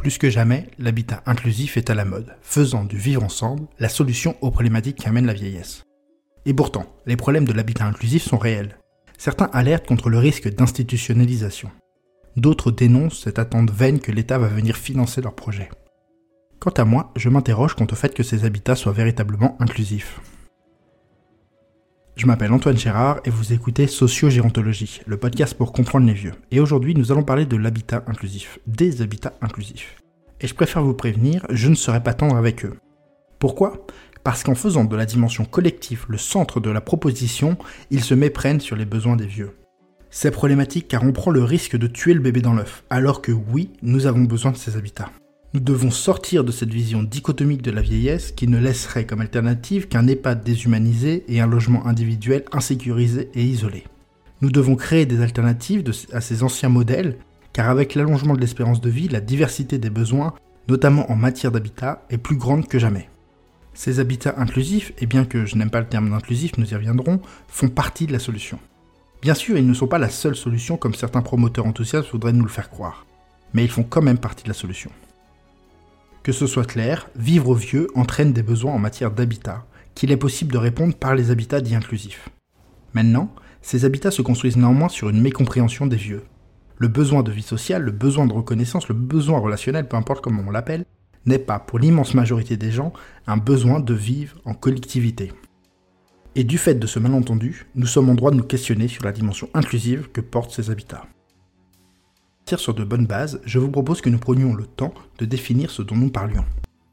Plus que jamais, l'habitat inclusif est à la mode, faisant du vivre ensemble la solution aux problématiques qui amènent la vieillesse. Et pourtant, les problèmes de l'habitat inclusif sont réels. Certains alertent contre le risque d'institutionnalisation. D'autres dénoncent cette attente vaine que l'État va venir financer leurs projets. Quant à moi, je m'interroge quant au fait que ces habitats soient véritablement inclusifs. Je m'appelle Antoine Gérard et vous écoutez Sociogérontologie, le podcast pour comprendre les vieux. Et aujourd'hui, nous allons parler de l'habitat inclusif, des habitats inclusifs. Et je préfère vous prévenir, je ne serai pas tendre avec eux. Pourquoi ? Parce qu'en faisant de la dimension collective le centre de la proposition, ils se méprennent sur les besoins des vieux. C'est problématique car on prend le risque de tuer le bébé dans l'œuf, alors que oui, nous avons besoin de ces habitats. Nous devons sortir de cette vision dichotomique de la vieillesse qui ne laisserait comme alternative qu'un EHPAD déshumanisé et un logement individuel insécurisé et isolé. Nous devons créer des alternatives à ces anciens modèles, car avec l'allongement de l'espérance de vie, la diversité des besoins, notamment en matière d'habitat, est plus grande que jamais. Ces habitats inclusifs, et bien que je n'aime pas le terme d'inclusif, nous y reviendrons, font partie de la solution. Bien sûr, ils ne sont pas la seule solution comme certains promoteurs enthousiastes voudraient nous le faire croire, mais ils font quand même partie de la solution. Que ce soit clair, vivre aux vieux entraîne des besoins en matière d'habitat, qu'il est possible de répondre par les habitats dits inclusifs. Maintenant, ces habitats se construisent néanmoins sur une mécompréhension des vieux. Le besoin de vie sociale, le besoin de reconnaissance, le besoin relationnel, peu importe comment on l'appelle, n'est pas, pour l'immense majorité des gens, un besoin de vivre en collectivité. Et du fait de ce malentendu, nous sommes en droit de nous questionner sur la dimension inclusive que portent ces habitats. Sur de bonnes bases, je vous propose que nous prenions le temps de définir ce dont nous parlions.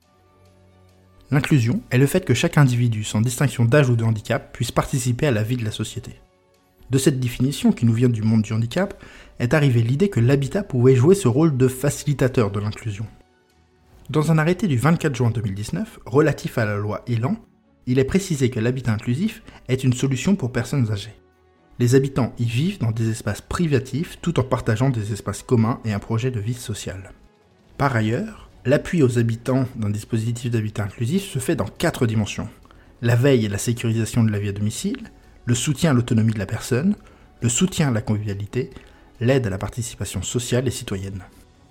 L'inclusion est le fait que chaque individu, sans distinction d'âge ou de handicap, puisse participer à la vie de la société. De cette définition, qui nous vient du monde du handicap, est arrivée l'idée que l'habitat pouvait jouer ce rôle de facilitateur de l'inclusion. Dans un arrêté du 24 juin 2019, relatif à la loi Elan, il est précisé que l'habitat inclusif est une solution pour personnes âgées. Les habitants y vivent dans des espaces privatifs tout en partageant des espaces communs et un projet de vie sociale. Par ailleurs, l'appui aux habitants d'un dispositif d'habitat inclusif se fait dans 4 dimensions. La veille et la sécurisation de la vie à domicile, le soutien à l'autonomie de la personne, le soutien à la convivialité, l'aide à la participation sociale et citoyenne.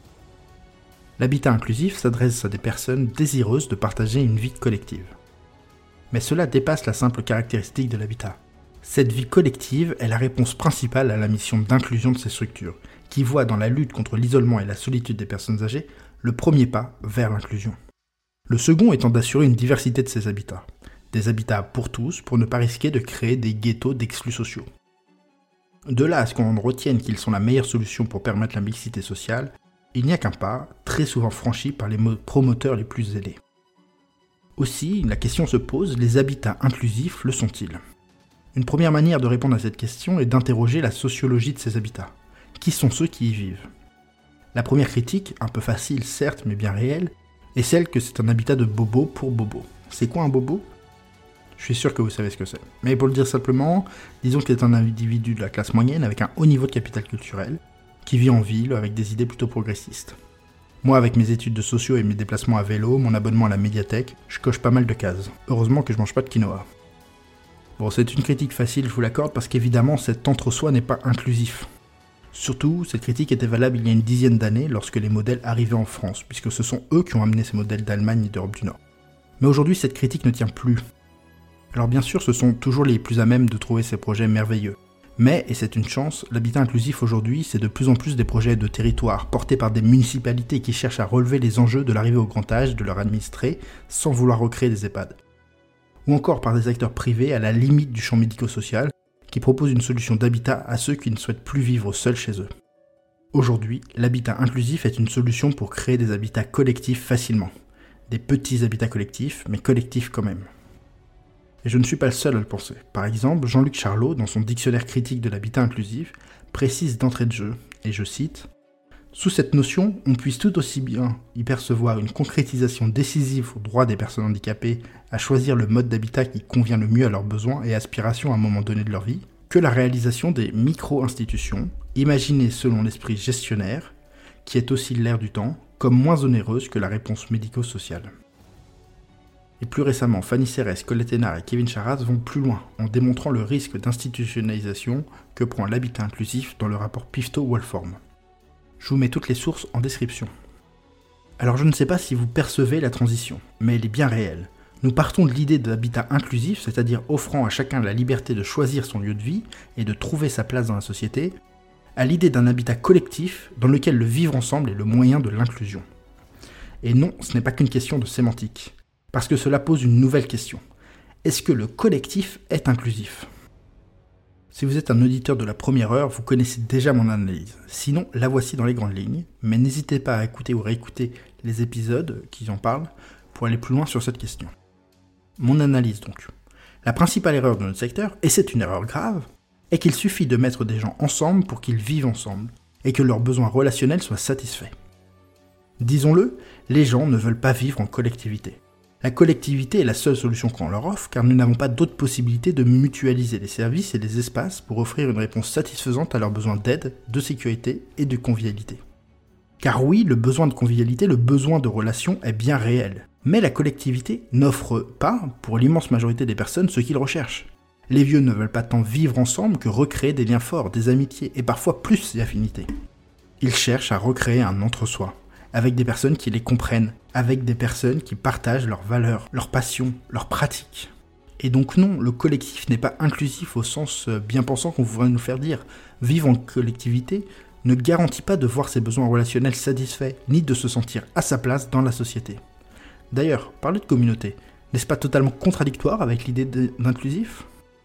L'habitat inclusif s'adresse à des personnes désireuses de partager une vie collective. Mais cela dépasse la simple caractéristique de l'habitat. Cette vie collective est la réponse principale à la mission d'inclusion de ces structures, qui voit dans la lutte contre l'isolement et la solitude des personnes âgées le premier pas vers l'inclusion. Le second étant d'assurer une diversité de ces habitats. Des habitats pour tous, pour ne pas risquer de créer des ghettos d'exclus sociaux. De là à ce qu'on retienne qu'ils sont la meilleure solution pour permettre la mixité sociale, il n'y a qu'un pas, très souvent franchi par les promoteurs les plus zélés. Aussi, la question se pose, les habitats inclusifs le sont-ils ? Une première manière de répondre à cette question est d'interroger la sociologie de ces habitats. Qui sont ceux qui y vivent ? La première critique, un peu facile certes mais bien réelle, est celle que c'est un habitat de bobo pour bobo. C'est quoi un bobo ? Je suis sûr que vous savez ce que c'est. Mais pour le dire simplement, disons que c'est un individu de la classe moyenne avec un haut niveau de capital culturel, qui vit en ville avec des idées plutôt progressistes. Moi, avec mes études de socio et mes déplacements à vélo, mon abonnement à la médiathèque, je coche pas mal de cases. Heureusement que je mange pas de quinoa. Bon, c'est une critique facile, je vous l'accorde, parce qu'évidemment, cet entre-soi n'est pas inclusif. Surtout, cette critique était valable il y a une dizaine d'années, lorsque les modèles arrivaient en France, puisque ce sont eux qui ont amené ces modèles d'Allemagne et d'Europe du Nord. Mais aujourd'hui, cette critique ne tient plus. Alors bien sûr, ce sont toujours les plus à même de trouver ces projets merveilleux. Mais, et c'est une chance, l'habitat inclusif aujourd'hui, c'est de plus en plus des projets de territoire, portés par des municipalités qui cherchent à relever les enjeux de l'arrivée au grand âge de leurs administrés, sans vouloir recréer des EHPAD. Ou encore par des acteurs privés à la limite du champ médico-social, qui proposent une solution d'habitat à ceux qui ne souhaitent plus vivre seuls chez eux. Aujourd'hui, l'habitat inclusif est une solution pour créer des habitats collectifs facilement. Des petits habitats collectifs, mais collectifs quand même. Et je ne suis pas le seul à le penser. Par exemple, Jean-Luc Charlot, dans son dictionnaire critique de l'habitat inclusif, précise d'entrée de jeu, et je cite « Sous cette notion, on puisse tout aussi bien y percevoir une concrétisation décisive au droit des personnes handicapées à choisir le mode d'habitat qui convient le mieux à leurs besoins et aspirations à un moment donné de leur vie, que la réalisation des micro-institutions, imaginées selon l'esprit gestionnaire, qui est aussi l'air du temps, comme moins onéreuse que la réponse médico-sociale. » Et plus récemment, Fanny Serres, Colette Hénard et Kevin Charras vont plus loin, en démontrant le risque d'institutionnalisation que prend l'habitat inclusif dans le rapport Pifto-Wolform. Je vous mets toutes les sources en description. Alors je ne sais pas si vous percevez la transition, mais elle est bien réelle. Nous partons de l'idée de l'habitat inclusif, c'est-à-dire offrant à chacun la liberté de choisir son lieu de vie et de trouver sa place dans la société, à l'idée d'un habitat collectif dans lequel le vivre ensemble est le moyen de l'inclusion. Et non, ce n'est pas qu'une question de sémantique, parce que cela pose une nouvelle question. Est-ce que le collectif est inclusif ? Si vous êtes un auditeur de la première heure, vous connaissez déjà mon analyse. Sinon, la voici dans les grandes lignes, mais n'hésitez pas à écouter ou réécouter les épisodes qui en parlent pour aller plus loin sur cette question. Mon analyse donc. La principale erreur de notre secteur, et c'est une erreur grave, est qu'il suffit de mettre des gens ensemble pour qu'ils vivent ensemble, et que leurs besoins relationnels soient satisfaits. Disons-le, les gens ne veulent pas vivre en collectivité. La collectivité est la seule solution qu'on leur offre, car nous n'avons pas d'autre possibilité de mutualiser les services et les espaces pour offrir une réponse satisfaisante à leurs besoins d'aide, de sécurité et de convivialité. Car oui, le besoin de convivialité, le besoin de relation est bien réel. Mais la collectivité n'offre pas, pour l'immense majorité des personnes, ce qu'ils recherchent. Les vieux ne veulent pas tant vivre ensemble que recréer des liens forts, des amitiés et parfois plus d'affinités. Ils cherchent à recréer un entre-soi, avec des personnes qui les comprennent, avec des personnes qui partagent leurs valeurs, leurs passions, leurs pratiques. Et donc non, le collectif n'est pas inclusif au sens bien pensant qu'on voudrait nous faire dire. Vivre en collectivité ne garantit pas de voir ses besoins relationnels satisfaits, ni de se sentir à sa place dans la société. D'ailleurs, parler de communauté, n'est-ce pas totalement contradictoire avec l'idée d'inclusif ?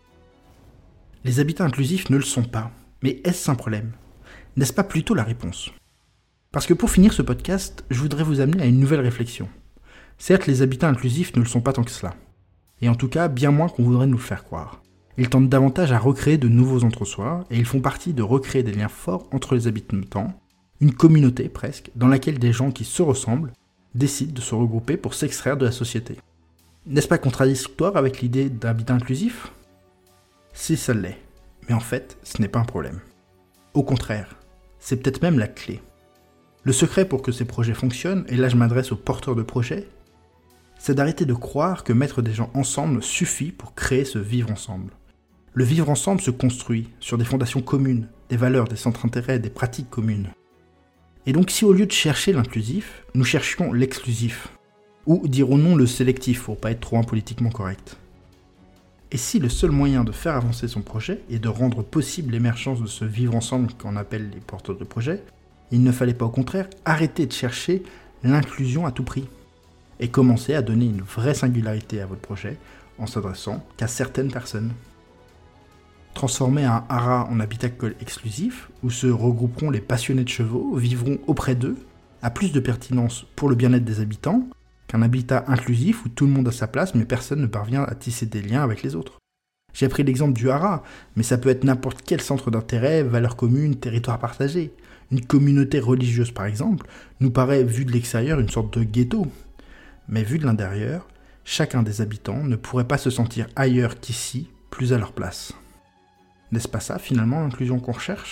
Les habitats inclusifs ne le sont pas, mais est-ce un problème ? N'est-ce pas plutôt la réponse ? Parce que pour finir ce podcast, je voudrais vous amener à une nouvelle réflexion. Certes, les habitats inclusifs ne le sont pas tant que cela. Et en tout cas, bien moins qu'on voudrait nous le faire croire. Ils tendent davantage à recréer de nouveaux entre-soi, et ils font partie de recréer des liens forts entre les habitants, une communauté presque, dans laquelle des gens qui se ressemblent décident de se regrouper pour s'extraire de la société. N'est-ce pas contradictoire avec l'idée d'habitat inclusif ? Si ça l'est, mais en fait, ce n'est pas un problème. Au contraire, c'est peut-être même la clé. Le secret pour que ces projets fonctionnent, et là je m'adresse aux porteurs de projets, c'est d'arrêter de croire que mettre des gens ensemble suffit pour créer ce vivre ensemble. Le vivre ensemble se construit sur des fondations communes, des valeurs, des centres d'intérêt, des pratiques communes. Et donc si au lieu de chercher l'inclusif, nous cherchions l'exclusif, ou dirons-nous le sélectif pour pas être trop impolitiquement correct. Et si le seul moyen de faire avancer son projet est de rendre possible l'émergence de ce vivre ensemble qu'on appelle les porteurs de projets, il ne fallait pas au contraire arrêter de chercher l'inclusion à tout prix et commencer à donner une vraie singularité à votre projet en s'adressant qu'à certaines personnes. Transformer un haras en habitat exclusif, où se regrouperont les passionnés de chevaux, vivront auprès d'eux, a plus de pertinence pour le bien-être des habitants qu'un habitat inclusif où tout le monde a sa place mais personne ne parvient à tisser des liens avec les autres. J'ai pris l'exemple du haras, mais ça peut être n'importe quel centre d'intérêt, valeurs communes, territoire partagé. Une communauté religieuse par exemple nous paraît vu de l'extérieur une sorte de ghetto. Mais vu de l'intérieur, chacun des habitants ne pourrait pas se sentir ailleurs qu'ici, plus à leur place. N'est-ce pas ça finalement l'inclusion qu'on recherche ?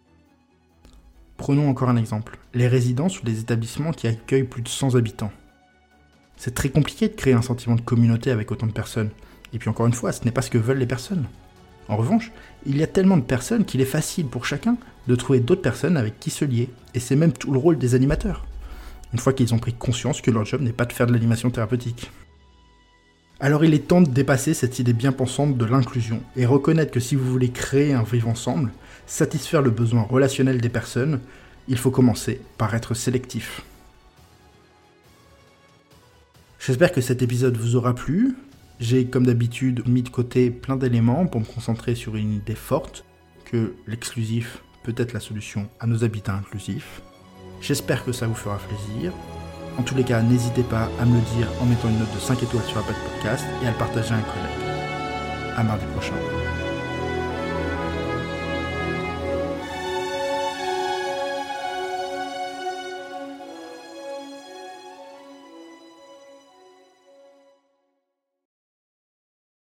Prenons encore un exemple, les résidences ou les établissements qui accueillent plus de 100 habitants. C'est très compliqué de créer un sentiment de communauté avec autant de personnes. Et puis encore une fois, ce n'est pas ce que veulent les personnes. En revanche, il y a tellement de personnes qu'il est facile pour chacun de trouver d'autres personnes avec qui se lier. Et c'est même tout le rôle des animateurs. Une fois qu'ils ont pris conscience que leur job n'est pas de faire de l'animation thérapeutique. Alors il est temps de dépasser cette idée bien pensante de l'inclusion et reconnaître que si vous voulez créer un vivre ensemble, satisfaire le besoin relationnel des personnes, il faut commencer par être sélectif. J'espère que cet épisode vous aura plu. J'ai comme d'habitude mis de côté plein d'éléments pour me concentrer sur une idée forte, que l'exclusif peut être la solution à nos habitats inclusifs. J'espère que ça vous fera plaisir. En tous les cas, n'hésitez pas à me le dire en mettant une note de 5 étoiles sur Apple Podcast et à le partager à un collègue. À mardi prochain.